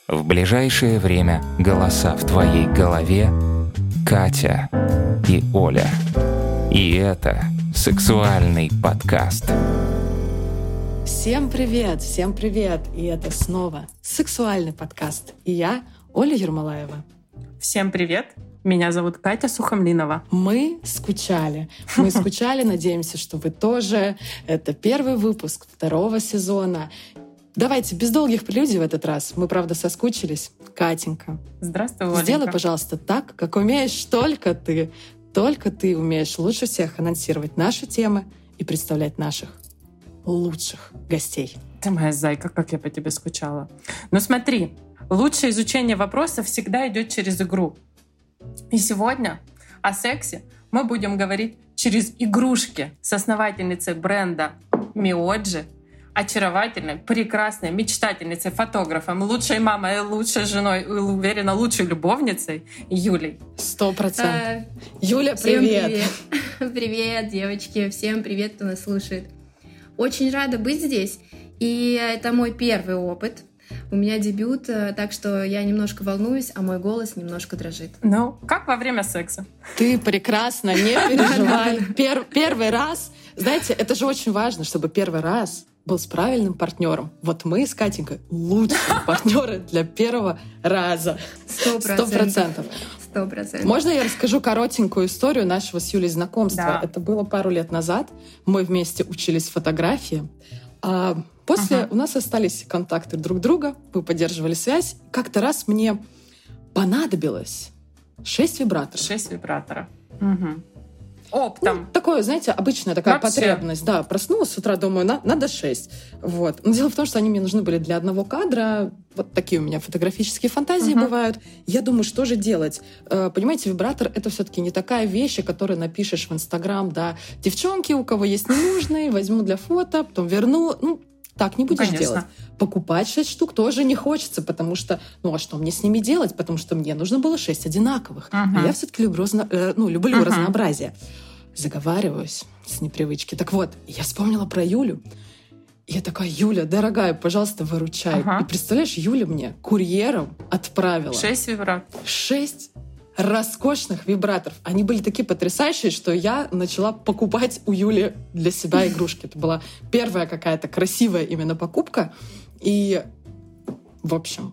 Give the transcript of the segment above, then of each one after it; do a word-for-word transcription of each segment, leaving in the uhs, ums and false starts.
В ближайшее время голоса в твоей голове Катя и Оля. И это сексуальный подкаст. Всем привет, всем привет! И это снова сексуальный подкаст. И я, Оля Ермолаева. Всем привет! Меня зовут Катя Сухомлинова. Мы скучали. Мы скучали, надеемся, что вы тоже. Это первый выпуск второго сезона. Давайте без долгих прелюдий в этот раз. Мы, правда, соскучились. Катенька. Здравствуй, Оленька. Сделай, пожалуйста, так, как умеешь только ты. Только ты умеешь лучше всех анонсировать наши темы и представлять наших лучших гостей. Ты моя зайка, как я по тебе скучала. Ну смотри, лучшее изучение вопроса всегда идет через игру. И сегодня о сексе мы будем говорить через игрушки с основательницей бренда Миоджи, очаровательной, прекрасной, мечтательницей, фотографом, лучшей мамой, лучшей женой и, уверена, лучшей любовницей Юлей. Сто процентов. А, Юля, привет. привет! Привет, девочки! Всем привет, кто нас слушает. Очень рада быть здесь. И это мой первый опыт. У меня дебют, так что я немножко волнуюсь, а мой голос немножко дрожит. Ну, как во время секса? Ты прекрасна, не переживай. Пер- первый раз. Знаете, это же очень важно, чтобы первый раз был с правильным партнером. Вот мы с Катенькой лучшие партнеры для первого раза. Сто процентов. Сто процентов. Можно я расскажу коротенькую историю нашего с Юлей знакомства? Да. Это было пару лет назад. Мы вместе учились фотографии. А после uh-huh. у нас остались контакты друг друга, мы поддерживали связь. Как-то раз мне понадобилось шесть вибраторов. Шесть вибраторов. Угу. Оптом. Ну, такое, знаете, обычная такая Вообще. потребность. Да, проснулась с утра, думаю, на, надо шесть. Вот. Но дело в том, что они мне нужны были для одного кадра. Вот такие у меня фотографические фантазии uh-huh. бывают. Я думаю, что же делать? Э, понимаете, вибратор — это все-таки не такая вещь, которую напишешь в Инстаграм, да. Девчонки, у кого есть ненужные, возьму для фото, потом верну. Ну, так не будешь Конечно. делать. Покупать шесть штук тоже не хочется, потому что, ну а что мне с ними делать? Потому что мне нужно было шесть одинаковых. Uh-huh. А я все-таки люблю, э, ну, люблю uh-huh. разнообразие. Заговариваюсь с непривычки. Так вот, я вспомнила про Юлю. Я такая: Юля, дорогая, пожалуйста, выручай. Uh-huh. И представляешь, Юля мне курьером отправила Шесть вибраторов. Шесть роскошных вибраторов. Они были такие потрясающие, что я начала покупать у Юли для себя игрушки. Это была первая какая-то красивая именно покупка. И, в общем,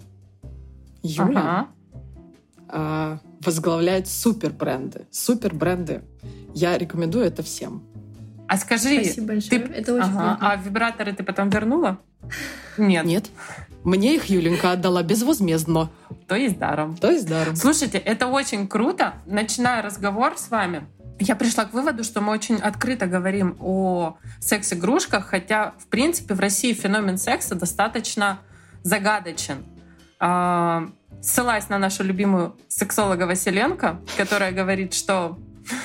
Юля uh-huh. возглавляет супербренды. Супербренды. Я рекомендую это всем. А скажи, Спасибо большое. Ты... Это очень ага. приятно. А вибраторы ты потом вернула? Нет. Нет. Мне их Юленька отдала безвозмездно. То есть даром. То есть даром. Слушайте, это очень круто. Начиная разговор с вами, я пришла к выводу, что мы очень открыто говорим о секс-игрушках, хотя, в принципе, в России феномен секса достаточно загадочен. Ссылаясь на нашу любимую сексолога Василенко, которая говорит, что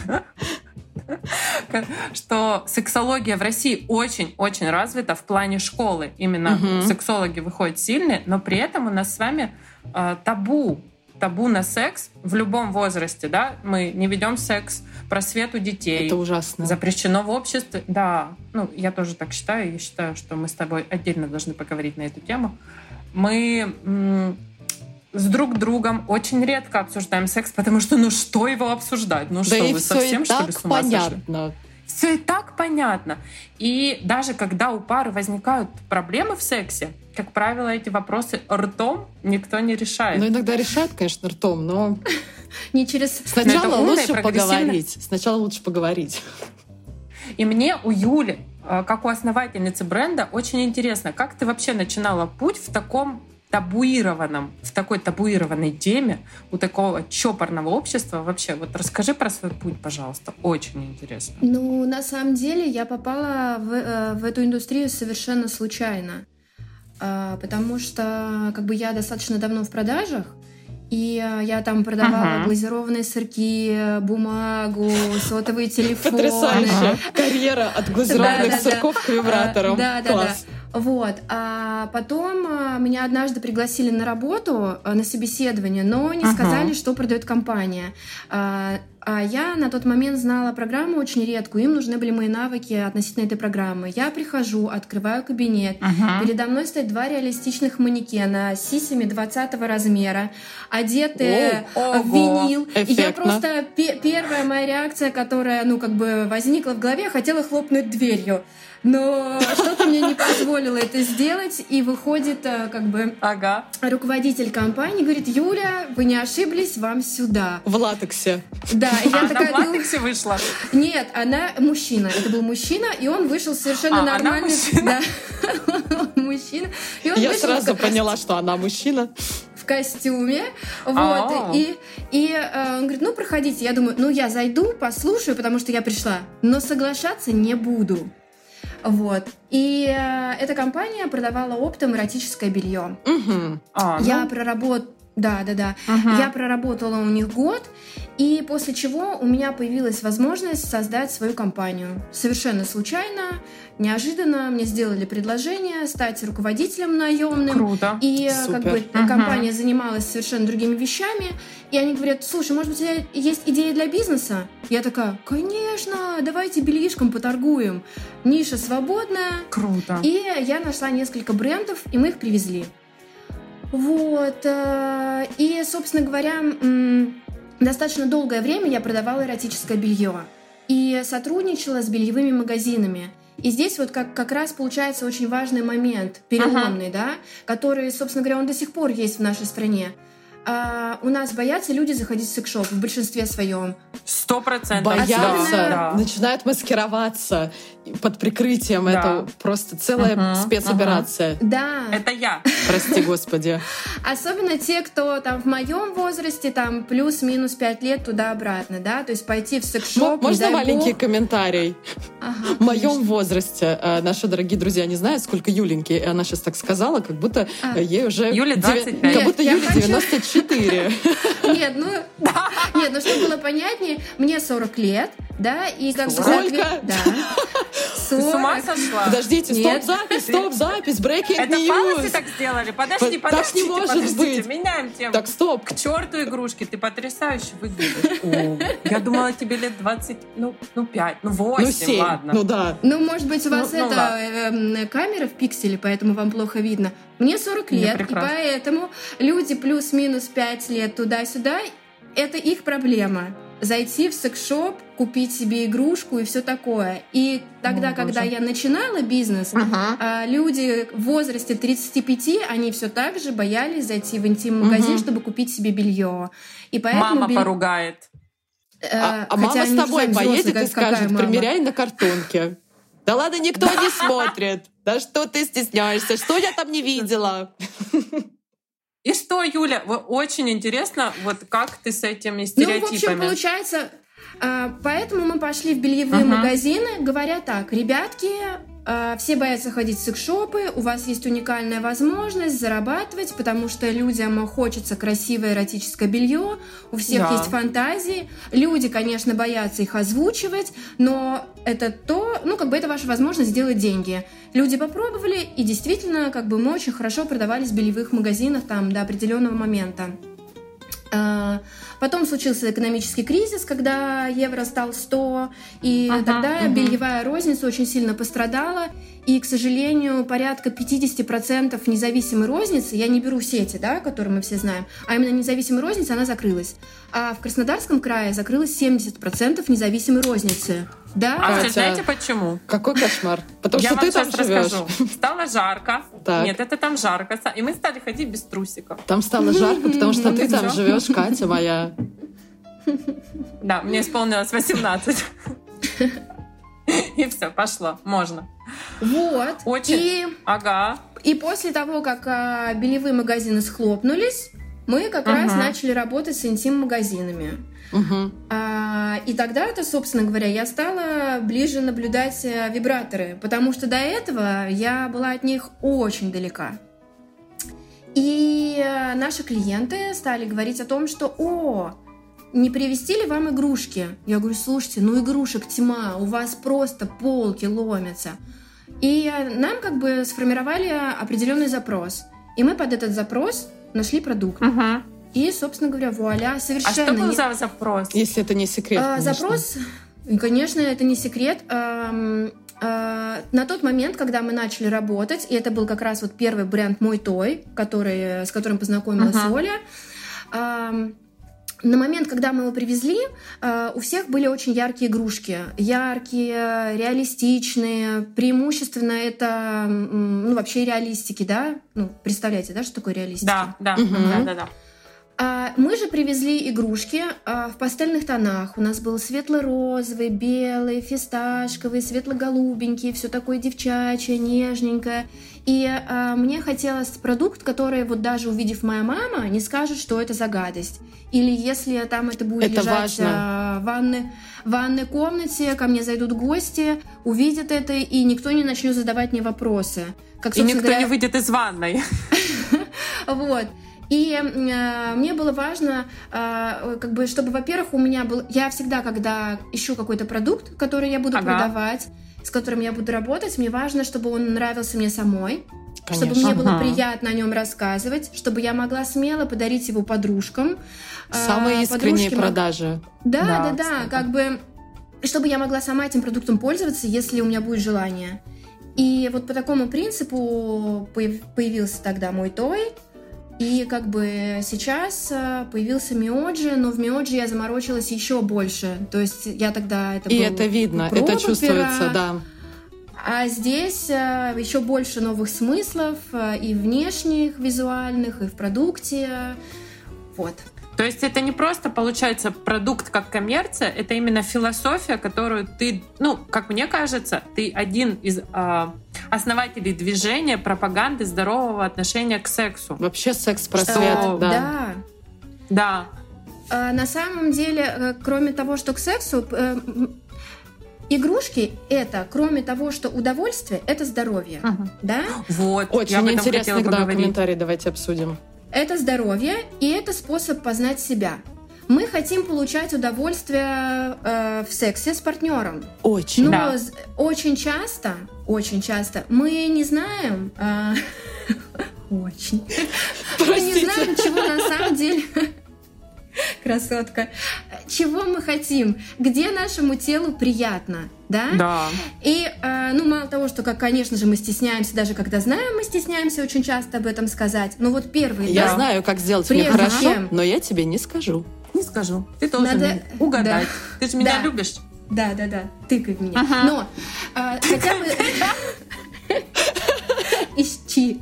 что сексология в России очень-очень развита в плане школы. Именно угу. сексологи выходят сильные, но при этом у нас с вами э, табу. Табу на секс в любом возрасте. Да? Мы не ведем секс, просвет у детей. Это ужасно. Запрещено в обществе. Да, ну, я тоже так считаю. Я считаю, что мы с тобой отдельно должны поговорить на эту тему. Мы... М- с друг другом очень редко обсуждаем секс, потому что ну что его обсуждать? Ну да что, и вы всё совсем и что так ли с ума понятно. сошли? Все и так понятно. И даже когда у пары возникают проблемы в сексе, как правило, эти вопросы ртом никто не решает. Ну, иногда решают, конечно, ртом, но... Не через... Сначала умная, лучше поговорить. Сначала лучше поговорить. И мне у Юли, как у основательницы бренда, очень интересно, как ты вообще начинала путь в таком табуированном, в такой табуированной теме, у такого чопорного общества вообще. Вот расскажи про свой путь, пожалуйста. Очень интересно. Ну, на самом деле, я попала в, в эту индустрию совершенно случайно. Потому что как бы я достаточно давно в продажах, и я там продавала ага. глазированные сырки, бумагу, сотовые телефоны. Потрясающая карьера от глазированных сырков к вибраторам. Да, да, да. Вот. А потом меня однажды пригласили на работу, на собеседование, но не сказали, uh-huh. что продает компания. А А я на тот момент знала программу очень редкую, им нужны были мои навыки относительно этой программы. Я прихожу, открываю кабинет, uh-huh. передо мной стоят два реалистичных манекена с сисями двадцатого размера, одетые О, в винил. Эффектно. И я просто... П- первая моя реакция, которая, ну, как бы возникла в голове, хотела хлопнуть дверью. Но что-то мне не позволило это сделать, и выходит как бы ага. руководитель компании, говорит: Юля, вы не ошиблись, вам сюда. В латексе. Да, и я а такая, она в латексе вышла? Нет, она мужчина, это был мужчина, и он вышел совершенно а, нормальный. Она мужчина? Да, мужчина. И он я вышел сразу в поняла, что она мужчина. В костюме, вот, А-а-а. и, и э, он говорит: ну, проходите. Я думаю, ну, я зайду, послушаю, потому что я пришла, но соглашаться не буду. Вот. И э, эта компания продавала оптом эротическое белье. Угу. А, я ну... проработала. Да, да, да. Угу. Я проработала у них год, и после чего у меня появилась возможность создать свою компанию. Совершенно случайно, неожиданно мне сделали предложение стать руководителем наемным. Круто. И Супер. как бы Угу. компания занималась совершенно другими вещами. И они говорят: слушай, может быть, у тебя есть идея для бизнеса? Я такая: конечно, давайте бельишком поторгуем. Ниша свободная. Круто. И я нашла несколько брендов, и мы их привезли. Вот. И, собственно говоря, достаточно долгое время я продавала эротическое белье и сотрудничала с бельевыми магазинами. И здесь вот как, как раз получается очень важный момент, переломный, uh-huh. да, который, собственно говоря, он до сих пор есть в нашей стране. А, у нас боятся люди заходить в секс-шоп в большинстве своем. Сто процентов. Боятся, да. начинают маскироваться под прикрытием. Да. Это просто целая uh-huh. спецоперация. Uh-huh. Да. Это я. Прости, господи. Особенно те, кто там в моем возрасте, там плюс-минус пять лет туда-обратно, да, то есть пойти в секс-шоп. Можно маленький бог... комментарий? Ага, в моем возрасте наши дорогие друзья не знают, сколько Юленьки. И она сейчас так сказала, как будто а. ей уже... Юле двадцать пять. Как будто Нет, Юле девяносто четыре. Нет, ну... Нет, ну чтобы было понятнее, мне сорок лет, да, и как бы... Сколько? Да. Ты с ума сошла? Подождите, стоп-запись, стоп-запись, breaking Это news. палочки так сделали? Подожди, так подождите, не может подождите, быть. Меняем тему. Так, стоп. К черту игрушки, ты потрясающе выглядишь. О, я думала, тебе лет двадцать, ну, ну пять, ну восемь, ну, семь, ладно. Ну да. Ну, может быть, у вас ну, это ну, э, камера в пикселе, поэтому вам плохо видно. Мне сорок лет, и поэтому люди плюс-минус пять лет туда-сюда, это их проблема. Зайти в секс-шоп, купить себе игрушку и все такое. И тогда, О, когда я начинала бизнес, uh-huh. люди в возрасте тридцати пяти, они все так же боялись зайти в интим-магазин, uh-huh. чтобы купить себе белье. И поэтому мама бель... поругает. А, а мама с тобой поедет и скажет: примеряй на картонке. Да ладно, никто не смотрит. Да что ты стесняешься? Что я там не видела? И что, Юля, очень интересно, вот как ты с этими стереотипами? Ну, в общем, получается, поэтому мы пошли в бельевые uh-huh. магазины, говоря так: ребятки, все боятся ходить в секс-шопы, у вас есть уникальная возможность зарабатывать, потому что людям хочется красивое эротическое белье, у всех да. есть фантазии. Люди, конечно, боятся их озвучивать, но это то, ну, как бы это ваша возможность сделать деньги. Люди попробовали, и действительно, как бы мы очень хорошо продавались в бельевых магазинах там до определенного момента. Потом случился экономический кризис, когда евро стал сто, и ага, тогда угу. бельевая розница очень сильно пострадала. И, к сожалению, порядка пятьдесят процентов независимой розницы, я не беру сети, да, которые мы все знаем, а именно независимой розницы, она закрылась. А в Краснодарском крае закрылось семьдесят процентов независимой розницы. Да? А вы знаете почему? Какой кошмар. Потому я что ты там живешь. Стало жарко. Так. Нет, это там жарко. И мы стали ходить без трусиков. Там стало жарко, потому что ты там живешь, Катя моя. Да, мне исполнилось восемнадцать. И все, пошло, можно. Вот. Очень. И, ага. И после того, как а, бельевые магазины схлопнулись, мы как uh-huh. раз начали работать с интим-магазинами. Uh-huh. А, и тогда-то, собственно говоря, я стала ближе наблюдать вибраторы, потому что до этого я была от них очень далека. И наши клиенты стали говорить о том, что «О, не привезти ли вам игрушки?» Я говорю: слушайте, ну игрушек тьма, у вас просто полки ломятся. И нам как бы сформировали определенный запрос. И мы под этот запрос нашли продукт. Uh-huh. И, собственно говоря, вуаля, совершенно... А что был не... за запрос? Если это не секрет, а, конечно. Запрос, конечно, это не секрет. А, а, на тот момент, когда мы начали работать, и это был как раз вот первый бренд Мой Той, который, с которым познакомилась uh-huh. Оля, а, на момент, когда мы его привезли, у всех были очень яркие игрушки. Яркие, реалистичные. Преимущественно это, ну, вообще реалистики, да? Ну, представляете, да, что такое реалистики? Да, да, угу. да, да, да. Мы же привезли игрушки в пастельных тонах. У нас был светло-розовый, белый, фисташковый, светло-голубенький, все такое девчачье, нежненькое. И а, мне хотелось продукт, который, вот даже увидев моя мама, не скажет, что это за гадость. Или если там это будет это лежать а, в, ванной, в ванной комнате, ко мне зайдут гости, увидят это, и никто не начнет задавать мне вопросы. Как, и никто говоря... не выйдет из ванной. Вот. И э, мне было важно, э, как бы, чтобы, во-первых, у меня был... Я всегда, когда ищу какой-то продукт, который я буду ага. продавать, с которым я буду работать, мне важно, чтобы он нравился мне самой, конечно. Чтобы мне ага. было приятно о нем рассказывать, чтобы я могла смело подарить его подружкам. Самые искренние продажи. Да, да, да, да, как бы... Чтобы я могла сама этим продуктом пользоваться, если у меня будет желание. И вот по такому принципу появился тогда Мой Той. И как бы сейчас появился Миоджи, но в Миоджи я заморочилась еще больше. То есть я тогда... Это и был это видно, это чувствуется, пера, да. А здесь еще больше новых смыслов и внешних, визуальных, и в продукте. Вот. То есть это не просто, получается, продукт как коммерция, это именно философия, которую ты, ну, как мне кажется, ты один из э, основателей движения пропаганды здорового отношения к сексу. Вообще секс-просвет, Что, да. Да. Да. А, на самом деле, кроме того, что к сексу, э, игрушки — это, кроме того, что удовольствие, это здоровье, uh-huh. да? Вот. Очень интересный, да, комментарий, давайте обсудим. Это здоровье, и это способ познать себя. Мы хотим получать удовольствие э, в сексе с партнером. Очень. Но да. очень часто, очень часто мы не знаем... Э, очень. Мы не знаем, чего на самом деле... Красотка. Чего мы хотим? Где нашему телу приятно? Да? Да. И, э, ну, мало того, что, как, конечно же, мы стесняемся, даже когда знаем, мы стесняемся очень часто об этом сказать. Но вот первый... Я да, знаю, как сделать мне хорошо, чем... но я тебе не скажу. Не скажу. Ты должен Надо... угадать. Да. Ты же меня да. любишь. Да, да, да. Тыкай в меня. Ага. Но э, хотя бы... Ищи.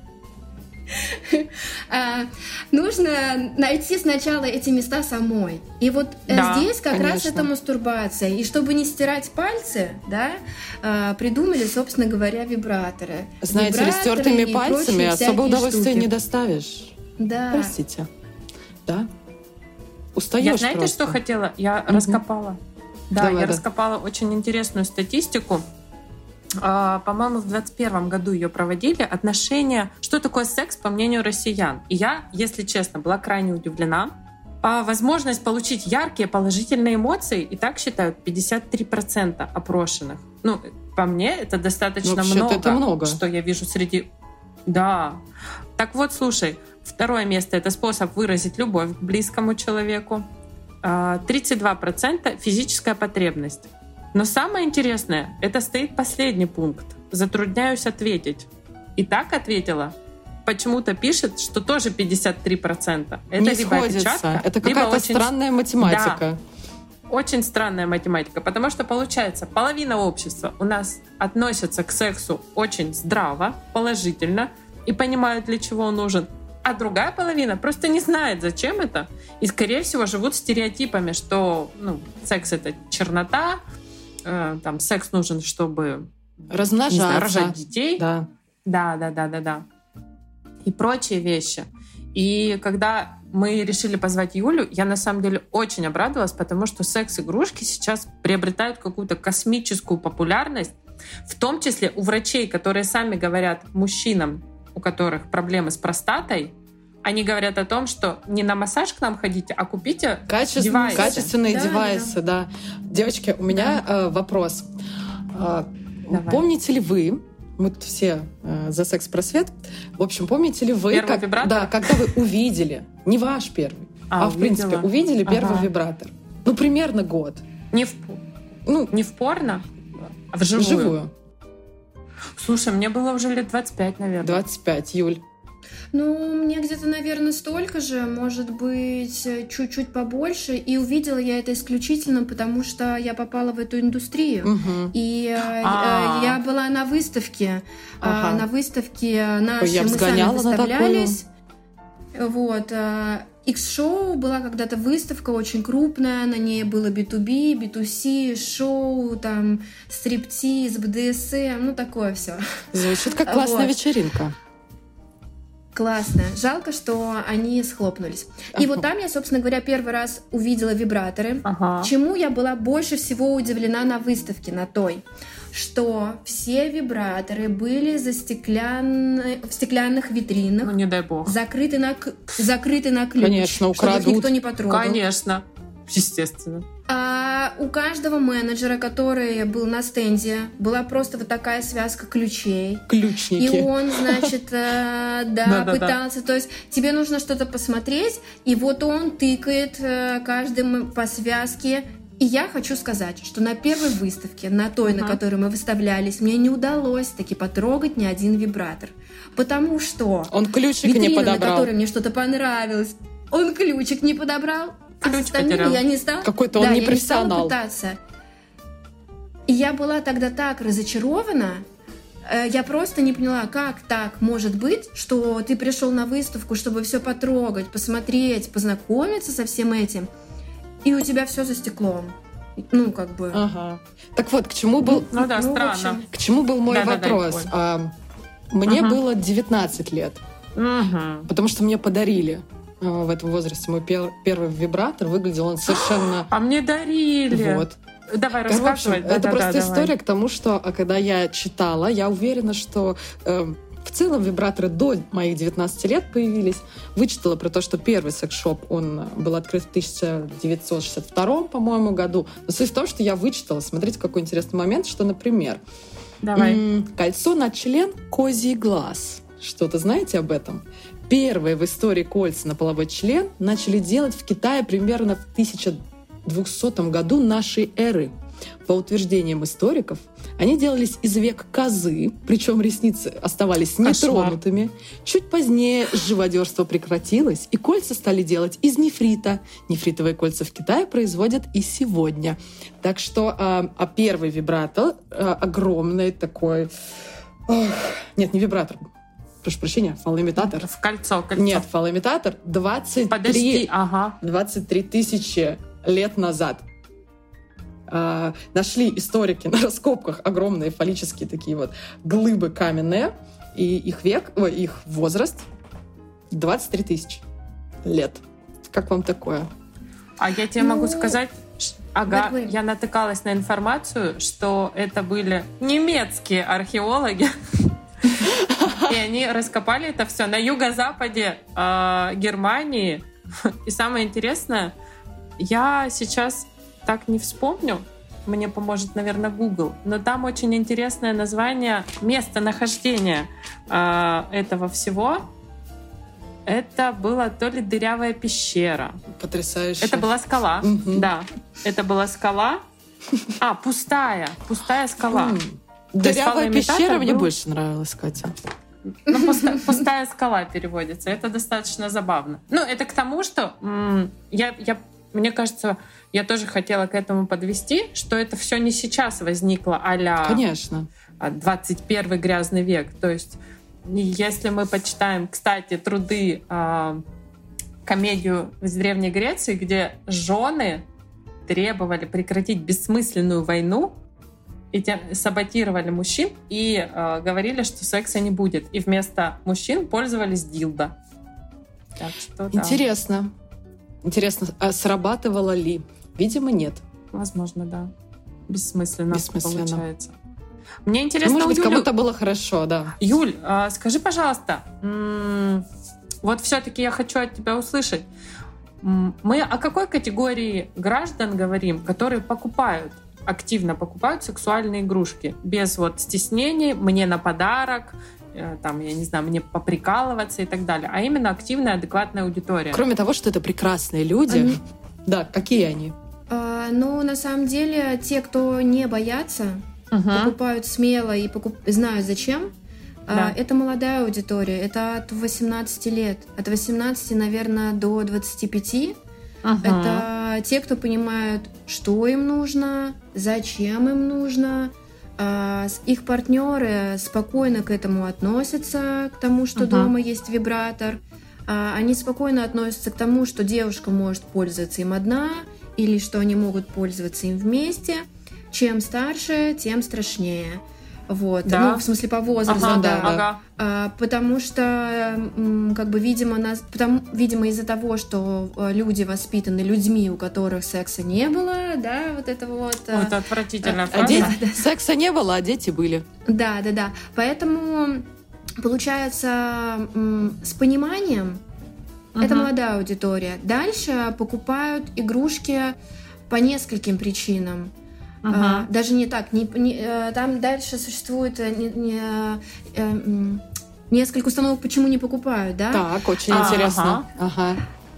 Нужно найти сначала эти места самой. И вот да, здесь как конечно. раз это мастурбация. И чтобы не стирать пальцы, да, придумали, собственно говоря, вибраторы. Знаете, вибраторы растертыми пальцами особо удовольствия штуки. не доставишь. Да. Простите. Да. Устаешь Я знаете, просто. что хотела? Я угу. раскопала. Да, Давай, я да. раскопала очень интересную статистику. По-моему, в двадцать первом году ее проводили. Отношения, что такое секс, по мнению россиян. И я, если честно, была крайне удивлена. Возможность получить яркие положительные эмоции, и так считают пятьдесят три процента опрошенных. Ну, по мне, это достаточно много, это много, что я вижу среди... Да. Так вот, слушай, второе место — это способ выразить любовь к близкому человеку. тридцать два процента физическая потребность. Но самое интересное, это стоит последний пункт. Затрудняюсь ответить. И так ответила. Почему-то пишет, что тоже пятьдесят три процента. Это не либо сходится. опечатка, Это какая-то очень... странная математика. Да, очень странная математика. Потому что, получается, половина общества у нас относится к сексу очень здраво, положительно и понимают, для чего он нужен. А другая половина просто не знает, зачем это. И, скорее всего, живут стереотипами, что ну, секс — это чернота, там секс нужен, чтобы размножаться, не знаю, рожать детей. Да. да, да, да, да, да. И прочие вещи. И когда мы решили позвать Юлю, я на самом деле очень обрадовалась, потому что секс-игрушки сейчас приобретают какую-то космическую популярность, в том числе у врачей, которые сами говорят мужчинам, у которых проблемы с простатой, они говорят о том, что не на массаж к нам ходите, а купите Качественные, девайсы. Качественные да, девайсы, да. да. Девочки, у меня да. э, вопрос. Э, Давай. Помните ли вы Мы тут все э, за секс-просвет. В общем, помните ли вы, Первый как, вибратор? да, когда вы увидели, не ваш первый, а, А, в принципе увидела. увидели первый Ага. вибратор? Ну, примерно год. Не в, Ну, не в порно, а вживую. вживую. Слушай, мне было уже лет двадцать пять, наверное. двадцать пять, Юль. Ну, мне где-то, наверное, столько же, может быть, чуть-чуть побольше. И увидела я это исключительно потому, что я попала в эту индустрию. Угу. И э, А. э, я была на выставке. Ага. А, на выставке нашей Ой, я бы мы сами сгоняла на выставлялись. Вот. а, X-шоу была когда-то выставка очень крупная, на ней было би ту би, би ту си, шоу, там, стриптиз, бэ дэ эс эм, ну такое все. Звучит как классная Вот. вечеринка. Классно. Жалко, что они схлопнулись. И вот там я, собственно говоря, первый раз увидела вибраторы. Ага. Чему я была больше всего удивлена на выставке, на той, что все вибраторы были за стеклян... в стеклянных витринах, Ну, не дай бог. закрыты на, к- закрыты на ключ, Конечно, чтобы их украдут. никто не потрогал. Конечно. Естественно. А у каждого менеджера, который был на стенде, была просто вот такая связка ключей. И Ключники. он, значит, э, да, Да-да-да. пытался. То есть тебе нужно что-то посмотреть, и вот он тыкает э, каждым по связке. И я хочу сказать, что на первой выставке, на той, на Ага. которой мы выставлялись, мне не удалось таки потрогать ни один вибратор. Потому что Он ключик не витрина, на подобрал. которой мне что-то понравилось, он ключик не подобрал. А Ключ с остальными потерял. я не стала. Какой-то он да, не я не стала профессионал. пытаться. И я была тогда так разочарована. э, Я просто не поняла, как так может быть, что ты пришел на выставку, чтобы все потрогать, посмотреть, познакомиться со всем этим, и у тебя все за стеклом. Ну, как бы. Ага. Так вот, к чему был, Ну да, Ну, в странно. общем, к чему был мой Да-да-да, вопрос? Оль. А, мне Ага. было девятнадцать лет, Мгм. потому что мне подарили а, в этом возрасте мой пер- первый вибратор. Выглядел он совершенно... А мне дарили. Вот. Давай, Короче, рассказывай. это Да-да-да, просто давай. история к тому, что а, когда я читала, я уверена, что э, в целом вибраторы до моих девятнадцати лет появились. Вычитала про то, что первый секс-шоп, он был открыт в тысяча девятьсот шестьдесят втором, по-моему, году. Но суть в том, что я вычитала, смотрите, какой интересный момент, что, например, Давай. м, кольцо на член — козий глаз. Что-то знаете об этом? Первые в истории кольца на половой член начали делать в Китае примерно в тысяча двухсотом году нашей эры. По утверждениям историков, они делались из век козы, причем ресницы оставались Кошмар. нетронутыми. Чуть позднее живодерство прекратилось, и кольца стали делать из нефрита. Нефритовые кольца в Китае производят и сегодня. Так что а, а первый вибратор а, огромный такой... Ох, нет, не вибратор. Прошу прощения, фалоимитатор. В кольцо, кольцо. Нет, фалоимитатор двадцать три, Подожди, ага. двадцать три тысячи лет назад. А, нашли историки на раскопках огромные фаллические такие вот глыбы каменные, и их век, ой, их возраст двадцать три тысячи лет. Как вам такое? А я тебе Ну, могу сказать, ш- ага, говори. я натыкалась на информацию, что это были немецкие археологи, и они раскопали это все на юго-западе э, Германии. И самое интересное, я сейчас так не вспомню, мне поможет, наверное, Google, но там очень интересное название местонахождения э, этого всего. Это была то ли дырявая пещера. Потрясающе. Это была скала, Мгм. да. Это была скала. А, пустая, пустая скала. М. То есть Дырявая фалоимитатор пещера мне был- больше нравилась, Катя. Ну, пуста- пустая скала переводится. Это достаточно забавно. Ну, это к тому, что м, я, я, мне кажется, я тоже хотела к этому подвести, что это все не сейчас возникло а-ля Конечно. двадцать первый грязный век. То есть, если мы почитаем, кстати, труды, а, комедию из Древней Греции, где жены требовали прекратить бессмысленную войну и тем саботировали мужчин и э, говорили, что секса не будет. И вместо мужчин пользовались дилдо. Так что да, Интересно. Интересно, а срабатывало ли? Видимо, нет. возможно, да. Бессмысленно, Бессмысленно. получается. Мне Ну, интересно, может у быть, Юли- кому-то было хорошо, да. Юль, а, скажи, пожалуйста, м, вот все-таки я хочу от тебя услышать. М, Мы о какой категории граждан говорим, которые покупают активно покупают сексуальные игрушки без вот стеснений, мне на подарок, там, я не знаю, мне поприкалываться и так далее, а именно активная, адекватная аудитория. Кроме того, что это прекрасные люди, они... да, какие они? А, ну, на самом деле, те, кто не боятся, uh-huh. покупают смело и покуп... знают зачем, да. а, это молодая аудитория, это от восемнадцати лет, от восемнадцати, наверное, до двадцати пяти. Uh-huh. Это те, кто понимают, что им нужно, зачем им нужно. А, их партнеры спокойно к этому относятся, к тому, что uh-huh. дома есть вибратор. А, они спокойно относятся к тому, что девушка может пользоваться им одна, или что они могут пользоваться им вместе. Чем старше, тем страшнее. Вот. Да? Ну, в смысле, по возрасту, ага, да. Ага. А, потому что, как бы, видимо, нас, потому, видимо, из-за того, что люди воспитаны людьми, у которых секса не было, да, вот это вот... Ой, это отвратительная а, фраза. А дети, да, да. Секса не было, а дети были. Да, да, да. Поэтому, получается, с пониманием, uh-huh. это молодая аудитория. Дальше покупают игрушки по нескольким причинам. Uh-huh. А, даже не так. Не, не, там дальше существует не, не, э, несколько установок, почему не покупают, да? Так, очень а, интересно. Ага.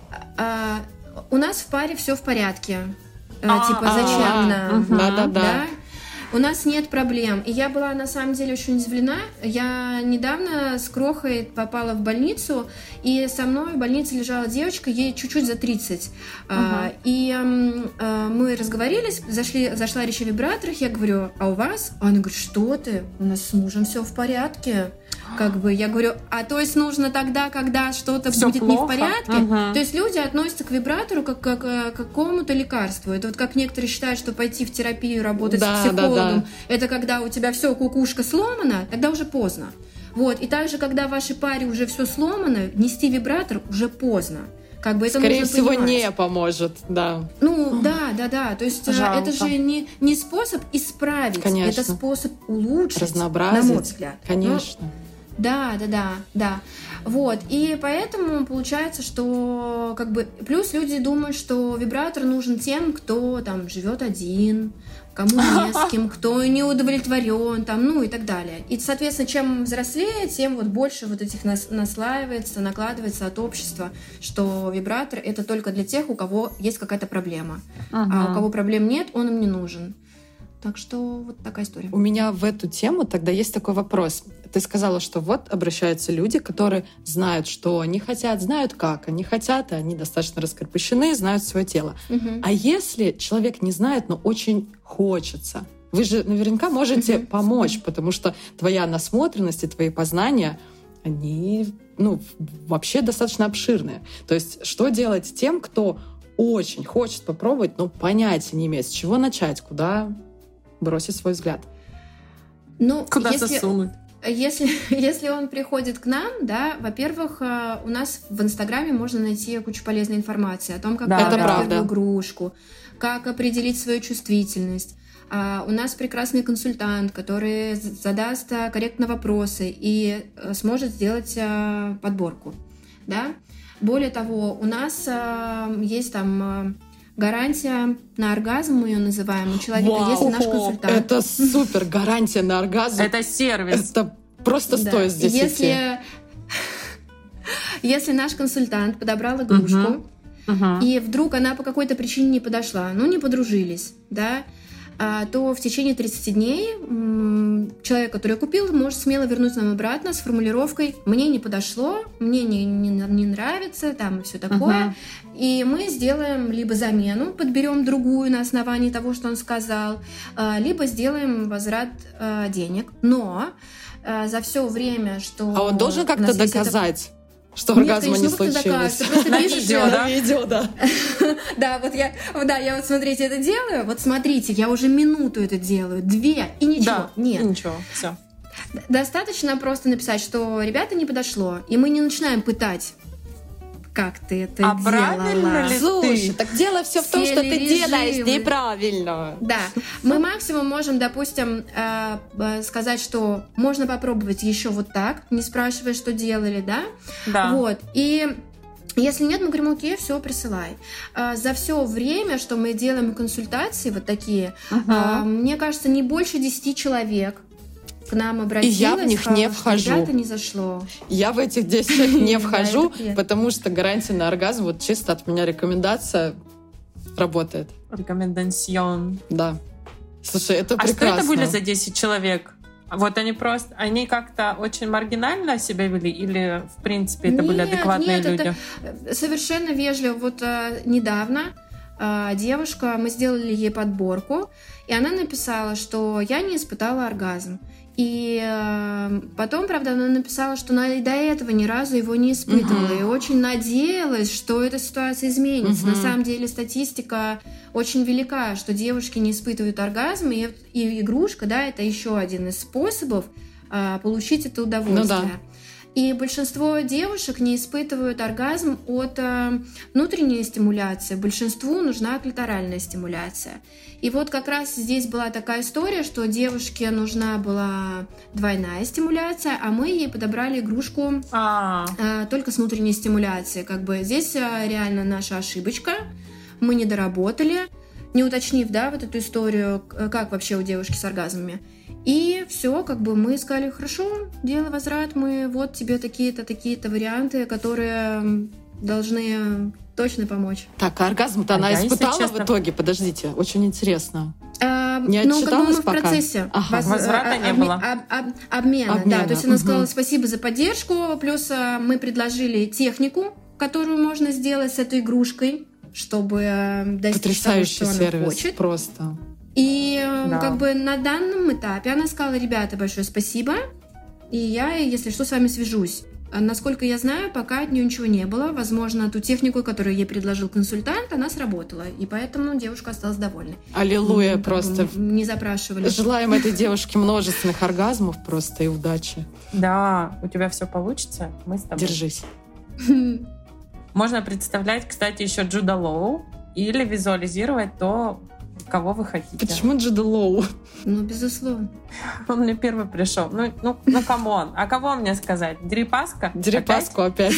А, у нас в паре все в порядке. А, типа, зачем нам? Да-да-да. У нас нет проблем. И я была, на самом деле, очень удивлена. Я недавно с крохой попала в больницу, и со мной в больнице лежала девочка, ей чуть-чуть за тридцать. Uh-huh. И э, мы разговорились, зашли, зашла речь о вибраторах, я говорю, а у вас? Она говорит, что ты? У нас с мужем все в порядке. Как бы я говорю, а то есть нужно тогда, когда что-то Всё будет плохо? Не в порядке? Uh-huh. То есть люди относятся к вибратору как, как к какому-то лекарству. Это вот как некоторые считают, что пойти в терапию, работать да, с психологом, да, да. это когда у тебя все, кукушка сломана, тогда уже поздно. Вот. И также, когда в вашей паре уже все сломано, нести вибратор уже поздно. Как бы это скорее всего, понимать. Не поможет, да. Ну, да, да, да. То есть Жалко. Это же не, не способ исправить, Конечно. Это способ улучшить, разнообразить. На мой взгляд. Конечно. Ну, да, да, да, да. Вот. И поэтому получается, что как бы плюс люди думают, что вибратор нужен тем, кто там живет один, кому не с кем, кто не удовлетворен, там, ну и так далее. И, соответственно, чем взрослее, тем вот больше вот этих нас, наслаивается, накладывается от общества, что вибратор — это только для тех, у кого есть какая-то проблема. Uh-huh. А у кого проблем нет, он им не нужен. Так что вот такая история. У меня в эту тему тогда есть такой вопрос. Ты сказала, что вот обращаются люди, которые знают, что они хотят, знают, как они хотят, и они достаточно раскрепощены, знают свое тело. Угу. А если человек не знает, но очень хочется? Вы же наверняка можете угу. помочь, потому что твоя насмотренность и твои познания, они ну, вообще достаточно обширные. То есть что делать тем, кто очень хочет попробовать, но понятия не имеет, с чего начать, куда бросить свой взгляд? Ну, куда если... засунуть? Если, если он приходит к нам, да, во-первых, у нас в Инстаграме можно найти кучу полезной информации о том, как да, подобрать первую игрушку, как определить свою чувствительность. У нас прекрасный консультант, который задаст корректно вопросы и сможет сделать подборку. Да? Более того, у нас есть там гарантия на оргазм, мы ее называем, у человека, Вау, если наш консультант. Это супер, гарантия на оргазм. Это сервис. Это просто да. стоит с десяти. Если, если наш консультант подобрал игрушку, uh-huh. Uh-huh. и вдруг она по какой-то причине не подошла, ну, не подружились, да, то в течение тридцати дней человек, который купил, может смело вернуть нам обратно с формулировкой «мне не подошло», «мне не, не, не нравится», там и все такое. Uh-huh. И мы сделаем либо замену, подберем другую на основании того, что он сказал, либо сделаем возврат денег. Но за все время, что... А он должен как-то доказать? Это... Что Нет, оргазма конечно, не случилось. На видео, да? видео, да. Да, вот я, да, я вот, смотрите, это делаю. Вот смотрите, я уже минуту это делаю, две, и ничего. Да, нет. И ничего, все. Достаточно просто написать, что ребята не подошло, и мы не начинаем пытать. Как ты это а делала? Правильно ли Слушай, ты? так дело все в том, что ты делаешь неправильно. Да, мы максимум можем, допустим, э, сказать, что можно попробовать еще вот так, не спрашивая, что делали, да? Да. Вот, и Если нет, мы говорим, окей, все, присылай. А, за все время, что мы делаем консультации вот такие, uh-huh. а, мне кажется, не больше десяти человек к нам обратилось. И я в них не вхожу. Ребята, не зашло. Я в этих десять человек не вхожу, потому что гарантия на оргазм, вот чисто от меня рекомендация, работает. Рекомендацион. Да. Слушай, это а прекрасно. А что это были за десять человек? Вот они просто, они как-то очень маргинально себя вели или, в принципе, это нет, были адекватные нет, люди? Это совершенно вежливо. Вот а, недавно а, девушка, мы сделали ей подборку, и она написала, что я не испытала оргазм. И э, потом, правда, она написала, что она и до этого ни разу его не испытывала. Uh-huh. И очень надеялась, что эта ситуация изменится. Uh-huh. На самом деле статистика очень велика, что девушки не испытывают оргазм. И, и игрушка, да, это еще один из способов э, получить это удовольствие. Ну, да. И большинство девушек не испытывают оргазм от э, внутренней стимуляции. Большинству нужна клиторальная стимуляция. И вот как раз здесь была такая история, что девушке нужна была двойная стимуляция, а мы ей подобрали игрушку э, только с внутренней стимуляцией. Как бы здесь э, реально наша ошибочка. Мы не доработали, не уточнив, да, вот эту историю, как вообще у девушки с оргазмами. И все, как бы мы сказали, хорошо, делай возврат, мы вот тебе такие-то, такие-то варианты, которые должны точно помочь. Так, а оргазм-то а она испытала честно... в итоге? Подождите, очень интересно. А, не ну, как бы мы пока? в процессе. Ага. Воз... Возврата не об... было. Об... Об... Обмена, Обмена, да. То есть она угу. сказала спасибо за поддержку, плюс мы предложили технику, которую можно сделать с этой игрушкой, чтобы достичь Потрясающий того, что сервис, она хочет. Просто. И да. как бы на данном этапе она сказала, ребята, большое спасибо, и я, если что, с вами свяжусь. Насколько я знаю, пока от нее ничего не было. Возможно, ту технику, которую ей предложил консультант, она сработала, и поэтому девушка осталась довольной. Аллилуйя, ну, просто. Не запрашивали. Желаем этой девушке множественных оргазмов просто и удачи. Да, у тебя все получится, мы с тобой. Держись. Можно представлять, кстати, еще Джуда Лоу или визуализировать то, кого вы хотите. Почему Джуда Лоу? Ну, безусловно. Он мне первый пришел. Ну, ну, ну, камон. А кого мне сказать? Дерипаска? Дерипаску опять?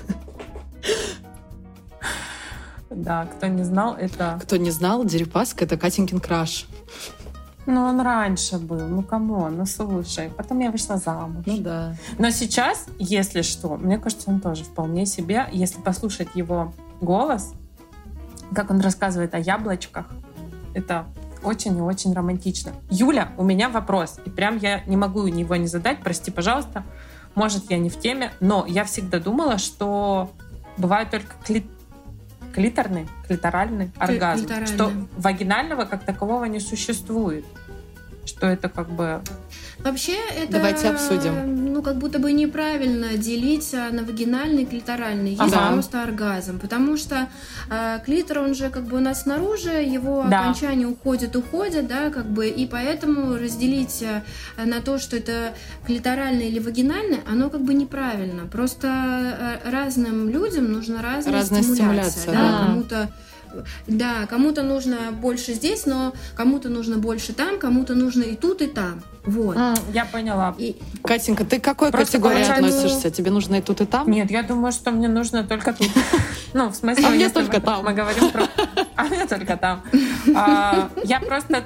Да, кто не знал, это... Кто не знал, Дерипаска — это Катенькин краш. Ну, он раньше был. Ну, камон, ну, слушай. Потом я вышла замуж. Ну, да. Но сейчас, если что, мне кажется, он тоже вполне себе, если послушать его голос, как он рассказывает о яблочках, это очень и очень романтично. Юля, у меня вопрос, и прям я не могу его не задать, прости, пожалуйста, может, я не в теме, но я всегда думала, что бывают только кли... клиторный, клиторальный оргазм, клиторальный. Что вагинального как такового не существует, что это как бы... Вообще это, давайте обсудим. Ну, как будто бы неправильно делить на вагинальный и клиторальный. Есть ага. просто оргазм, потому что э, клитор, он же как бы у нас снаружи, его да. окончания уходят, уходят, да, как бы, и поэтому разделить на то, что это клиторальный или вагинальный, оно как бы неправильно. Просто разным людям нужна разная, разная стимуляция. стимуляция да? да. Кому-то Да, кому-то нужно больше здесь, но кому-то нужно больше там, кому-то нужно и тут, и там. Вот. Mm, я поняла. И... Катенька, ты к какой Просто категории получается... относишься? Тебе нужно и тут, и там? Нет, я думаю, что мне нужно только тут. Ну, в смысле, а мне только мы, там. Мы говорим про... А мне только там. А, я просто...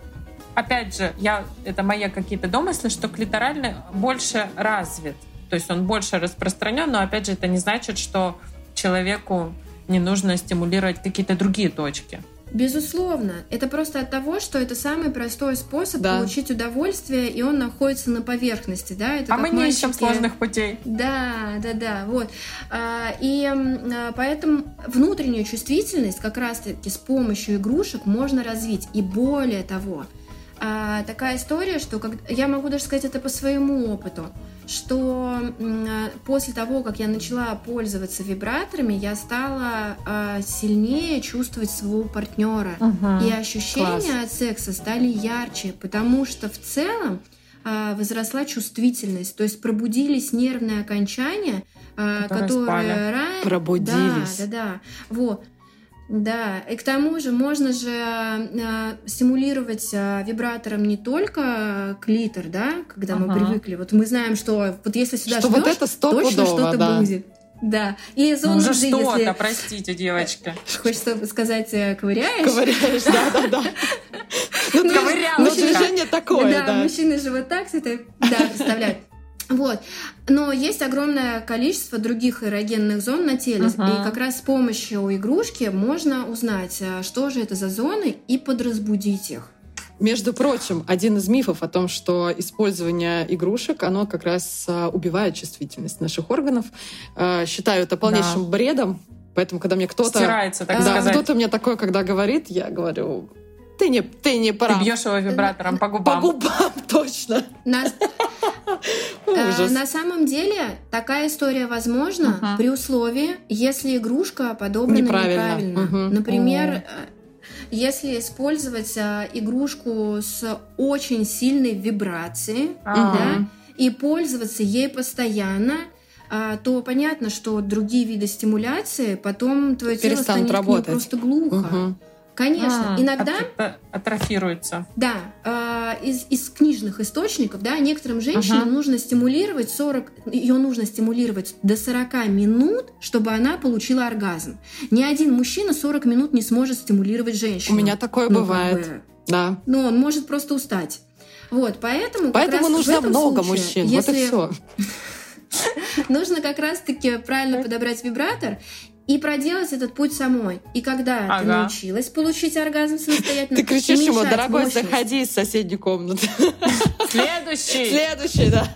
Опять же, я, это мои какие-то домыслы, что клиторальный больше развит. То есть он больше распространен, но, опять же, это не значит, что человеку не нужно стимулировать какие-то другие точки. Безусловно. Это просто от того, что это самый простой способ да. получить удовольствие, и он находится на поверхности. Да? Это а мы не мальчики... ищем сложных путей. Да, да, да. Вот. И поэтому внутреннюю чувствительность как раз-таки с помощью игрушек можно развить. И более того, такая история, что как... я могу даже сказать это по своему опыту, что после того, как я начала пользоваться вибраторами, я стала э, сильнее чувствовать своего партнера. Угу. И ощущения Класс. От секса стали ярче, потому что в целом э, возросла чувствительность, то есть пробудились нервные окончания, э, которые, которые ранее... Пробудились. Да, да, да. Вот. Да, и к тому же можно же э, стимулировать э, вибратором не только клитор, да, когда ага. мы привыкли. Вот мы знаем, что вот если сюда что жмёшь, вот это точно что-то да. будет. Да. И зону Уже G, что-то, если... простите, девочки. Хочется сказать, ковыряешь. Ковыряешь, да-да-да. Ну, движение такое, да. Мужчины же вот так это, да, представляют. Вот. Но есть огромное количество других эрогенных зон на теле. Uh-huh. И как раз с помощью игрушки можно узнать, что же это за зоны, и подразбудить их. Между прочим, один из мифов о том, что использование игрушек, оно как раз убивает чувствительность наших органов, считаю это полнейшим да. бредом. Поэтому, когда мне кто-то... Стирается, так да, сказать. Кто-то мне такое, когда говорит, я говорю... Ты не, ты не прав. Ты бьешь его вибратором по губам. По губам, точно. На, э, на самом деле такая история возможна uh-huh. при условии, если игрушка подобрана неправильно. неправильно. Uh-huh. Например, uh-huh. если использовать игрушку с очень сильной вибрацией uh-huh. да, и пользоваться ей постоянно, то понятно, что другие виды стимуляции потом твое тело станет работать. Просто глухо. Uh-huh. Конечно, а, иногда атрофируется. Да, э, из, из книжных источников, да, некоторым женщинам uh-huh. нужно стимулировать сорок, ее нужно стимулировать до сорок минут, чтобы она получила оргазм. Ни один мужчина сорок минут не сможет стимулировать женщину. У меня такое ну, бывает, как бы, да. Но он может просто устать. Вот, поэтому. Поэтому нужно много случае, мужчин. Если... Вот и все. Нужно как раз-таки правильно подобрать вибратор. И проделать этот путь самой. И когда ага. ты научилась получить оргазм самостоятельно, ты кричишь ему, дорогой, мощность. Заходи из соседней комнаты. Следующий. Следующий, да.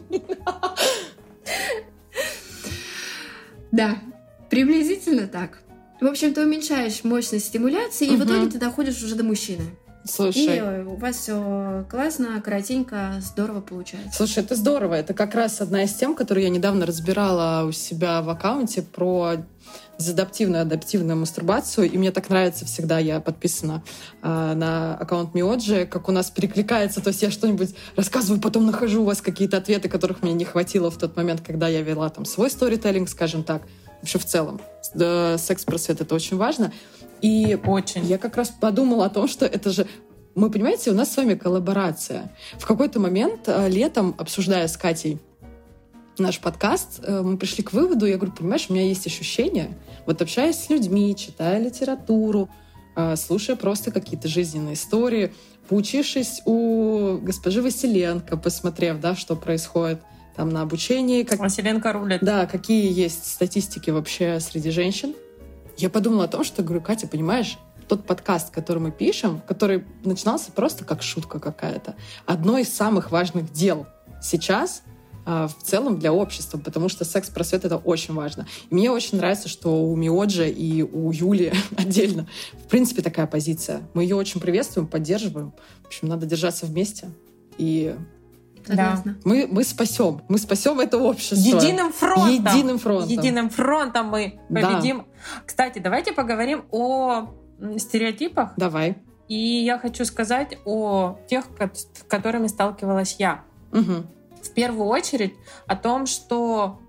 Да, приблизительно так. В общем, ты уменьшаешь мощность стимуляции, и в итоге ты доходишь уже до мужчины. Слушай. И у вас все классно, коротенько, здорово получается. Слушай, это здорово. Это как раз одна из тем, которую я недавно разбирала у себя в аккаунте про дезадаптивную, адаптивную мастурбацию. И мне так нравится всегда, я подписана э, на аккаунт Миоджи, как у нас перекликается. То есть я что-нибудь рассказываю, потом нахожу у вас какие-то ответы, которых мне не хватило в тот момент, когда я вела там свой сторителлинг, скажем так. Вообще в целом. Секс-просвет — это очень важно. И очень. Я как раз подумала о том, что это же... Мы, понимаете, у нас с вами коллаборация. В какой-то момент летом, обсуждая с Катей наш подкаст, мы пришли к выводу, я говорю, понимаешь, у меня есть ощущение, вот общаясь с людьми, читая литературу, слушая просто какие-то жизненные истории, поучившись у госпожи Василенко, посмотрев, да, что происходит там на обучении. Как... Василенко рулит. Да, какие есть статистики вообще среди женщин. Я подумала о том, что, говорю, Катя, понимаешь, тот подкаст, который мы пишем, который начинался просто как шутка какая-то, одно из самых важных дел сейчас а, в целом для общества, потому что секс-просвет — это очень важно. И мне очень нравится, что у Миоджи и у Юли отдельно, в принципе, такая позиция. Мы ее очень приветствуем, поддерживаем. В общем, надо держаться вместе. И да. мы, мы спасем. Мы спасем это общество. Единым фронтом. Единым фронтом. Единым фронтом мы победим. Да. Кстати, давайте поговорим о стереотипах. Давай. И я хочу сказать о тех, с которыми сталкивалась я. Угу. В первую очередь о том, что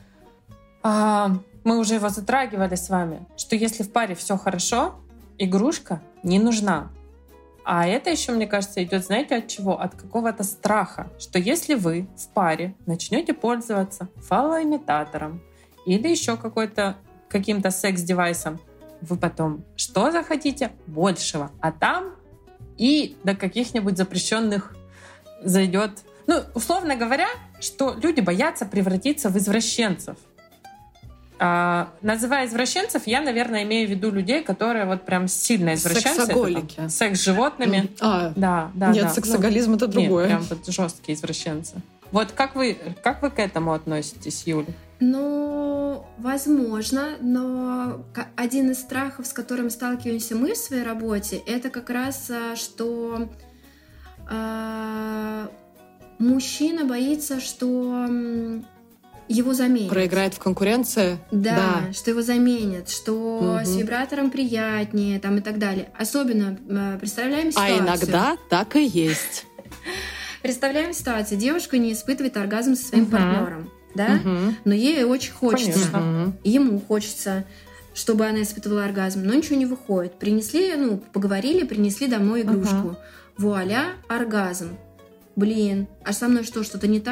а, мы уже его затрагивали с вами, что если в паре все хорошо, игрушка не нужна. А это еще, мне кажется, идет, знаете, от чего? От какого-то страха, что если вы в паре начнете пользоваться фалоимитатором или еще какой-то, каким-то секс-девайсом, вы потом что захотите? Большего. А там и до каких-нибудь запрещенных зайдет. Ну, условно говоря, что люди боятся превратиться в извращенцев. А, называя извращенцев, я, наверное, имею в виду людей, которые вот прям сильно извращенцы. Сексоголики. Это, секс с животными. А, да, да, нет, да. сексоголизм — это другое. Нет, прям вот жесткие извращенцы. Вот как вы, как вы к этому относитесь, Юля? Ну, возможно, но один из страхов, с которым сталкиваемся мы в своей работе, это как раз, что э, мужчина боится, что его заменят. Проиграет в конкуренции? Да, да. что его заменят, что угу. с вибратором приятнее там, и так далее. Особенно э, представляем ситуацию. А иногда так и есть. Представляем ситуацию. Девушка не испытывает оргазм со своим угу. партнером. Да? Угу. Но ей очень хочется. Конечно. Ему хочется, чтобы она испытывала оргазм, но ничего не выходит. Принесли, ну, поговорили, принесли домой игрушку. Угу. Вуаля, оргазм. Блин, а со мной что, что-то не так?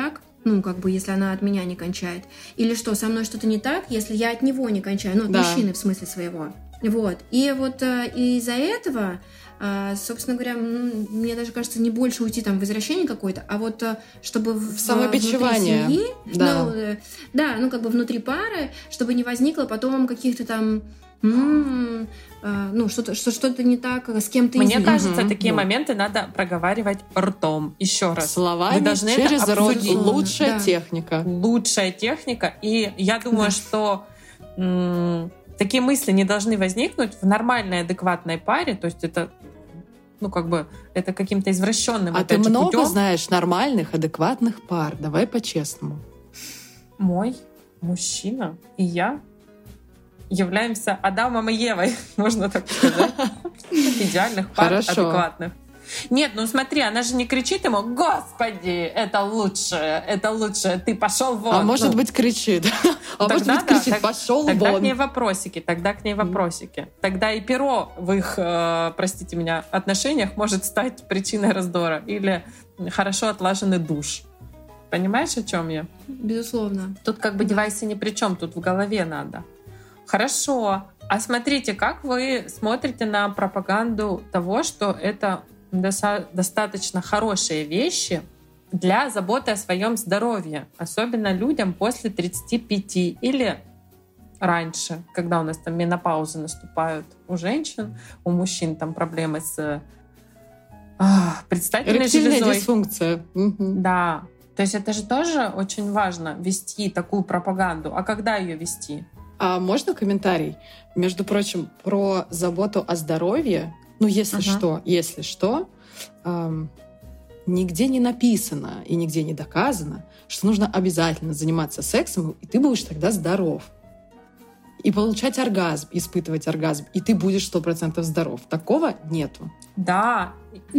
ну, как бы, если она от меня не кончает. Или что, со мной что-то не так, если я от него не кончаю. Ну, от Да. мужчины, в смысле своего. Вот. И вот э, из-за этого, э, собственно говоря, м, мне даже кажется, не больше уйти там в извращение какое-то, а вот э, чтобы в, В самобичевание. внутри семьи, Да. ну, э, да, ну, как бы внутри пары, чтобы не возникло потом каких-то там м, э, ну, что-то, что, что-то не так с кем-то из Мне них. кажется, Мгм. такие Да. моменты надо проговаривать ртом. Еще раз. Словами Вы должны это через рот. обсудить. Лучшая Да. техника. Лучшая техника. И я думаю, Да. что м, такие мысли не должны возникнуть в нормальной, адекватной паре. То есть это, ну, как бы, это каким-то извращенным А ты опять же, много путем. знаешь нормальных, адекватных пар? Давай по-честному. Мой мужчина и я являемся Адамом и Евой, можно так сказать. Идеальных пар, Хорошо. адекватных. Нет, ну смотри, она же не кричит ему: «Господи, это лучшее, это лучшее, ты пошел вон». А может Ну, быть, кричит. А может тогда быть, да, кричит: так- пошел Тогда к ней вон. вопросики, тогда к ней вопросики. Тогда и перо в их, э, простите меня, отношениях может стать причиной раздора. Или хорошо отлаженный душ. Понимаешь, о чем я? Безусловно. Тут как бы девайсы ни при чем, тут в голове надо. Хорошо. А смотрите, как вы смотрите на пропаганду того, что это доса- достаточно хорошие вещи для заботы о своем здоровье, особенно людям после тридцати пяти или раньше, когда у нас там менопаузы наступают у женщин, у мужчин там проблемы с а, предстательной Эректильная железой. дисфункция. Мгм. Да. То есть это же тоже очень важно, вести такую пропаганду. А когда ее вести? А можно комментарий? Между прочим, про заботу о здоровье, ну, если Ага. что, если что, эм, нигде не написано и нигде не доказано, что нужно обязательно заниматься сексом, и ты будешь тогда здоров. И получать оргазм, испытывать оргазм, и ты будешь сто процентов здоров. Такого нету. Да.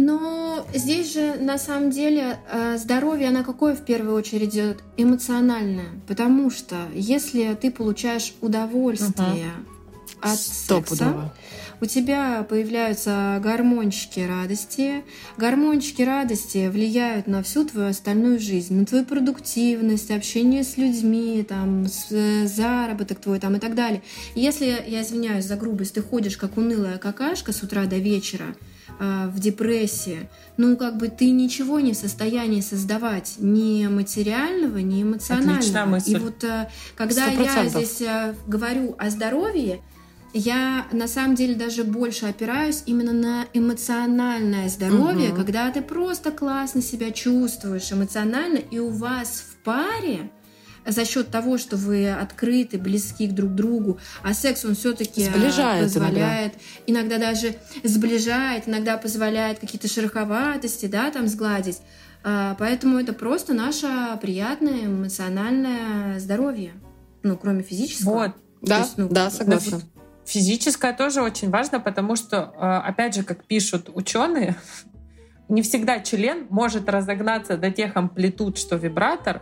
Но здесь же на самом деле э, здоровье, оно какое в первую очередь идет? Эмоциональное. Потому что если ты получаешь удовольствие от секса, Стопудово. у тебя появляются гормончики радости. Гормончики радости влияют на всю твою остальную жизнь, на твою продуктивность, общение с людьми, там, с- э, заработок твой там, и так далее. И если, я извиняюсь за грубость, ты ходишь как унылая какашка с утра до вечера, а, в депрессии, ну, как бы ты ничего не в состоянии создавать ни материального, ни эмоционального. Отличная мысль. И вот э, когда Сто я процентов. здесь э, говорю о здоровье, я на самом деле даже больше опираюсь именно на эмоциональное здоровье, Мгм. когда ты просто классно себя чувствуешь эмоционально, и у вас в паре за счет того, что вы открыты, близки друг к другу, а секс он все-таки Сближает позволяет, иногда. даже сближает, иногда позволяет какие-то шероховатости, да, там сгладить. А, Поэтому это просто наше приятное эмоциональное здоровье, ну, кроме физического. Вот. Да, То есть, ну, да, как бы, согласна. Физическое тоже очень важно, потому что, э, опять же, как пишут ученые, не всегда член может разогнаться до тех амплитуд, что вибратор,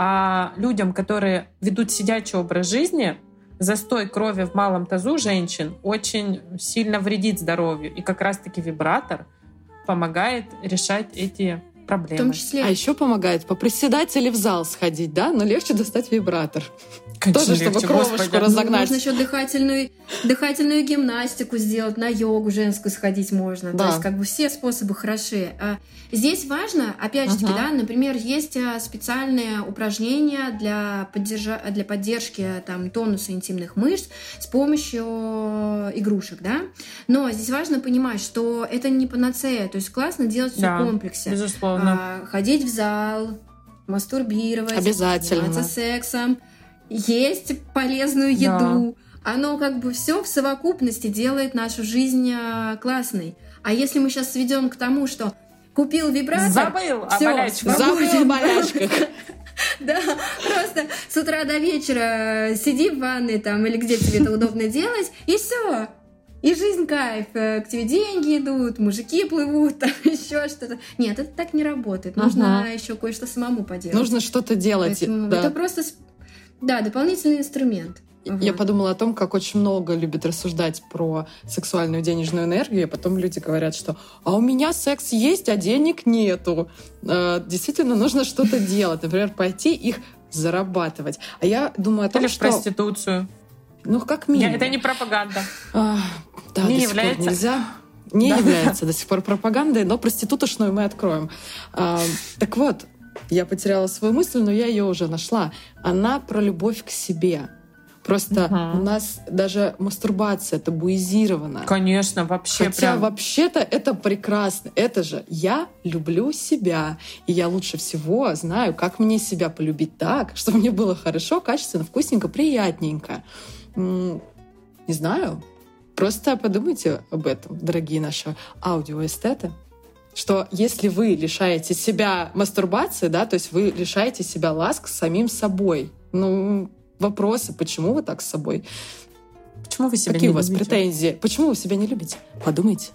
а людям, которые ведут сидячий образ жизни, застой крови в малом тазу женщин очень сильно вредит здоровью. И как раз-таки вибратор помогает решать эти В проблемы. том числе... А еще помогает поприседать или в зал сходить, да? Но легче достать вибратор. Конечно, Тоже, чтобы легче, кровушку Господи. раз- разогнать. Можно еще дыхательную, дыхательную гимнастику сделать, на йогу женскую сходить можно. Да. То есть как бы все способы хороши. А здесь важно, опять же таки, Ага. да, например, есть а, специальные упражнения для, поддержа... для поддержки там, тонуса интимных мышц с помощью игрушек, да. Но здесь важно понимать, что это не панацея. То есть классно делать все Да, в комплексе. Безусловно. А, ходить в зал, мастурбировать, Обязательно. заниматься сексом, есть полезную Да. еду. Оно как бы все в совокупности делает нашу жизнь а, классной. А если мы сейчас сведем к тому, что купил вибратор, Забыл о всё, болячках. Забыл свободен. о болячках. Да, просто с утра до вечера сиди в ванной там или где тебе это удобно делать, и все. И жизнь кайф. Э, К тебе деньги идут, мужики плывут, там еще что-то. Нет, это так не работает. Нужно Ага. еще кое-что самому поделать. Нужно что-то делать. Поэтому да. это просто с- да, дополнительный инструмент. Вот. Я подумала о том, как очень много любят рассуждать про сексуальную денежную энергию, и потом люди говорят, что «а у меня секс есть, а денег нету». Действительно, нужно что-то делать. Например, пойти их зарабатывать. А я думаю о том, Или что... в проституцию. Ну, как минимум. Я, это не пропаганда. А, да, не до является. Сих пор нельзя. Не да. является до сих пор пропагандой, но проститутошную мы откроем. А, так вот, я потеряла свою мысль, но я ее уже нашла. Она про любовь к себе. Просто uh-huh. у нас даже мастурбация табуизирована. Конечно, вообще Хотя прям... вообще-то это прекрасно. Это же я люблю себя. И я лучше всего знаю, как мне себя полюбить так, чтобы мне было хорошо, качественно, вкусненько, приятненько. Не знаю. Просто подумайте об этом, дорогие наши аудиоэстеты, что если вы лишаете себя мастурбации, да, то есть вы лишаете себя ласк с самим собой. Ну, вопросы, почему вы так с собой? Почему вы себя Какие не у вас любите? претензии? Почему вы себя не любите? Подумайте.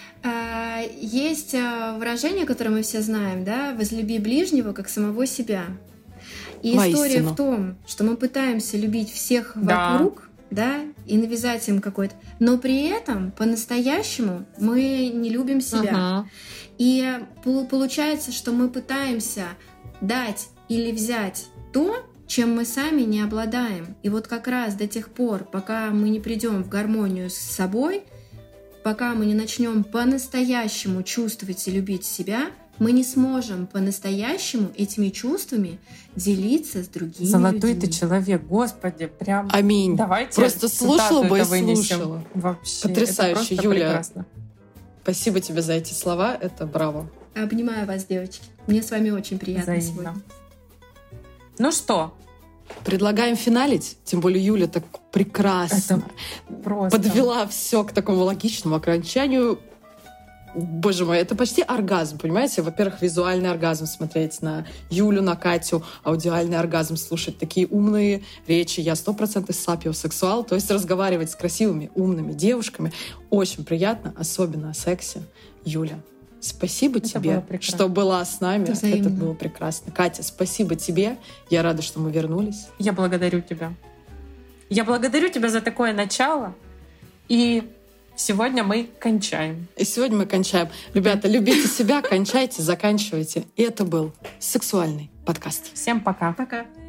Есть выражение, которое мы все знаем, да, «возлюби ближнего, как самого себя». И Воистину. История в том, что мы пытаемся любить всех Да. вокруг, да, и навязать им какой-то, но при этом по-настоящему мы не любим себя. Угу. И получается, что мы пытаемся дать или взять то, чем мы сами не обладаем. И вот как раз до тех пор, пока мы не придем в гармонию с собой, пока мы не начнем по-настоящему чувствовать и любить себя, мы не сможем по-настоящему этими чувствами делиться с другими Золотой людьми. ты человек, Господи, прям... Аминь. Давайте Просто слушала бы и вынесем. слушала. Вообще, Потрясающе, это просто Юля. прекрасно. Спасибо тебе за эти слова. Это браво. Обнимаю вас, девочки. Мне с вами очень приятно Взаимно. сегодня. Ну что? Предлагаем финалить. Тем более Юля так прекрасно Это просто... подвела все к такому логичному окончанию. Боже мой, это почти оргазм, понимаете? Во-первых, визуальный оргазм смотреть на Юлю, на Катю, аудиальный оргазм слушать такие умные речи. Я сто процентов сапиосексуал, то есть разговаривать с красивыми, умными девушками. Очень приятно, особенно о сексе. Юля, спасибо Это тебе, что была с нами. Взаимно. Это было прекрасно. Катя, спасибо тебе. Я рада, что мы вернулись. Я благодарю тебя. Я благодарю тебя за такое начало. И сегодня мы кончаем. И сегодня мы кончаем. Ребята, любите себя, кончайте, заканчивайте. И это был сексуальный подкаст. Всем пока. Пока.